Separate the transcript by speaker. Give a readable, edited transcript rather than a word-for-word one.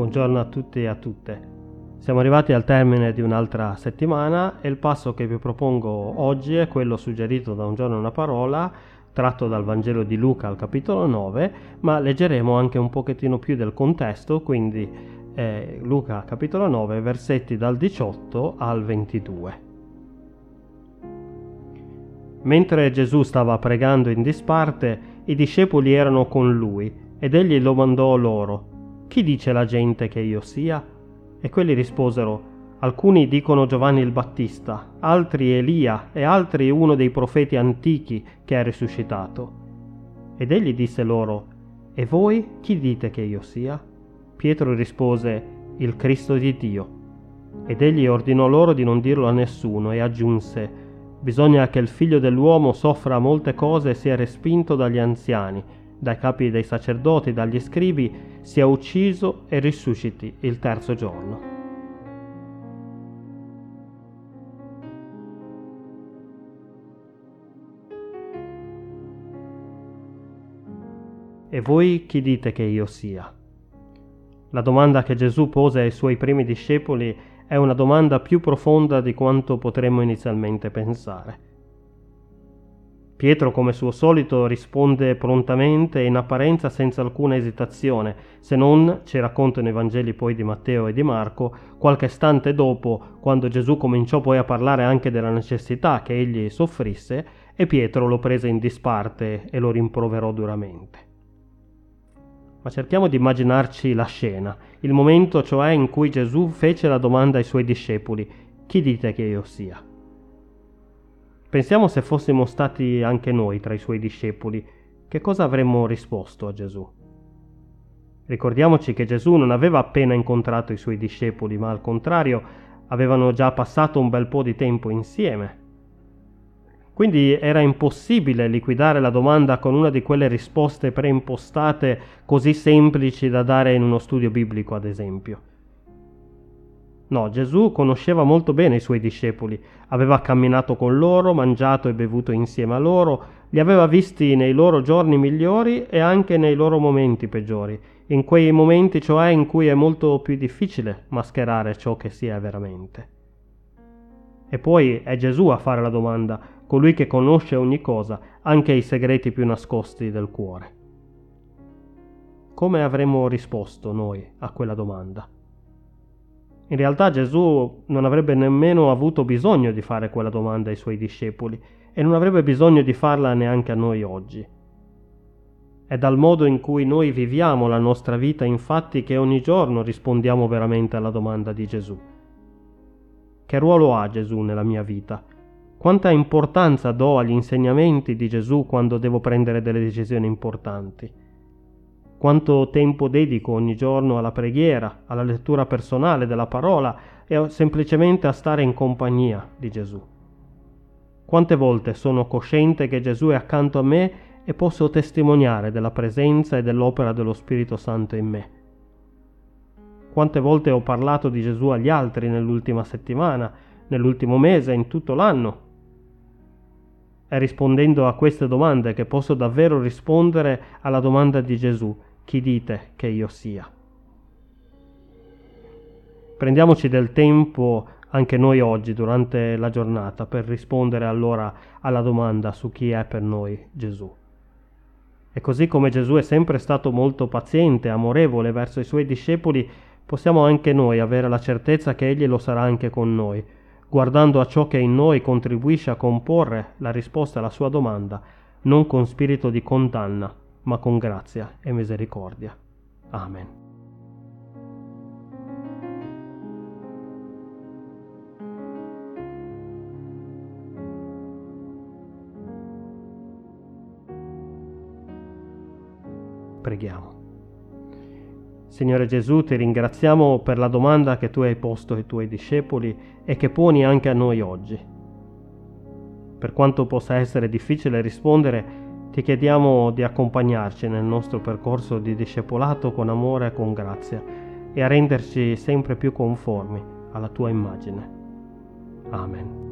Speaker 1: Buongiorno a tutti e a tutte. Siamo arrivati al termine di un'altra settimana e il passo che vi propongo oggi è quello suggerito da Un giorno una parola, tratto dal Vangelo di Luca al capitolo 9, ma leggeremo anche un pochettino più del contesto, quindi Luca capitolo 9, versetti dal 18 al 22. Mentre Gesù stava pregando in disparte, i discepoli erano con lui ed egli domandò loro: «Chi dice la gente che io sia?» E quelli risposero: «Alcuni dicono Giovanni il Battista, altri Elia e altri uno dei profeti antichi che è risuscitato». Ed egli disse loro: «E voi chi dite che io sia?» Pietro rispose: «Il Cristo di Dio». Ed egli ordinò loro di non dirlo a nessuno e aggiunse: «Bisogna che il figlio dell'uomo soffra molte cose e sia respinto dagli anziani, dai capi dei sacerdoti, dagli scribi, sia ucciso e risusciti il terzo giorno». E voi chi dite che io sia? La domanda che Gesù pose ai suoi primi discepoli è una domanda più profonda di quanto potremmo inizialmente pensare. Pietro, come suo solito, risponde prontamente e in apparenza senza alcuna esitazione, se non, ci raccontano i Vangeli poi di Matteo e di Marco, qualche istante dopo, quando Gesù cominciò poi a parlare anche della necessità che egli soffrisse, e Pietro lo prese in disparte e lo rimproverò duramente. Ma cerchiamo di immaginarci la scena, il momento cioè in cui Gesù fece la domanda ai suoi discepoli: «Chi dite che io sia?» Pensiamo se fossimo stati anche noi tra i suoi discepoli, che cosa avremmo risposto a Gesù? Ricordiamoci che Gesù non aveva appena incontrato i suoi discepoli, ma al contrario avevano già passato un bel po' di tempo insieme. Quindi era impossibile liquidare la domanda con una di quelle risposte preimpostate così semplici da dare in uno studio biblico, ad esempio. No, Gesù conosceva molto bene i suoi discepoli, aveva camminato con loro, mangiato e bevuto insieme a loro, li aveva visti nei loro giorni migliori e anche nei loro momenti peggiori, in quei momenti cioè in cui è molto più difficile mascherare ciò che si è veramente. E poi è Gesù a fare la domanda, colui che conosce ogni cosa, anche i segreti più nascosti del cuore. Come avremmo risposto noi a quella domanda? In realtà Gesù non avrebbe nemmeno avuto bisogno di fare quella domanda ai suoi discepoli e non avrebbe bisogno di farla neanche a noi oggi. È dal modo in cui noi viviamo la nostra vita, infatti, che ogni giorno rispondiamo veramente alla domanda di Gesù. Che ruolo ha Gesù nella mia vita? Quanta importanza do agli insegnamenti di Gesù quando devo prendere delle decisioni importanti? Quanto tempo dedico ogni giorno alla preghiera, alla lettura personale della parola e semplicemente a stare in compagnia di Gesù? Quante volte sono cosciente che Gesù è accanto a me e posso testimoniare della presenza e dell'opera dello Spirito Santo in me? Quante volte ho parlato di Gesù agli altri nell'ultima settimana, nell'ultimo mese, in tutto l'anno? È rispondendo a queste domande che posso davvero rispondere alla domanda di Gesù: «Chi dite che io sia?» Prendiamoci del tempo anche noi oggi durante la giornata per rispondere allora alla domanda su chi è per noi Gesù. E così come Gesù è sempre stato molto paziente e amorevole verso i suoi discepoli, possiamo anche noi avere la certezza che Egli lo sarà anche con noi, guardando a ciò che in noi contribuisce a comporre la risposta alla sua domanda, non con spirito di condanna, ma con grazia e misericordia. Amen. Preghiamo. Signore Gesù, ti ringraziamo per la domanda che tu hai posto ai tuoi discepoli e che poni anche a noi oggi. Per quanto possa essere difficile rispondere, ti chiediamo di accompagnarci nel nostro percorso di discepolato con amore e con grazia e a renderci sempre più conformi alla tua immagine. Amen.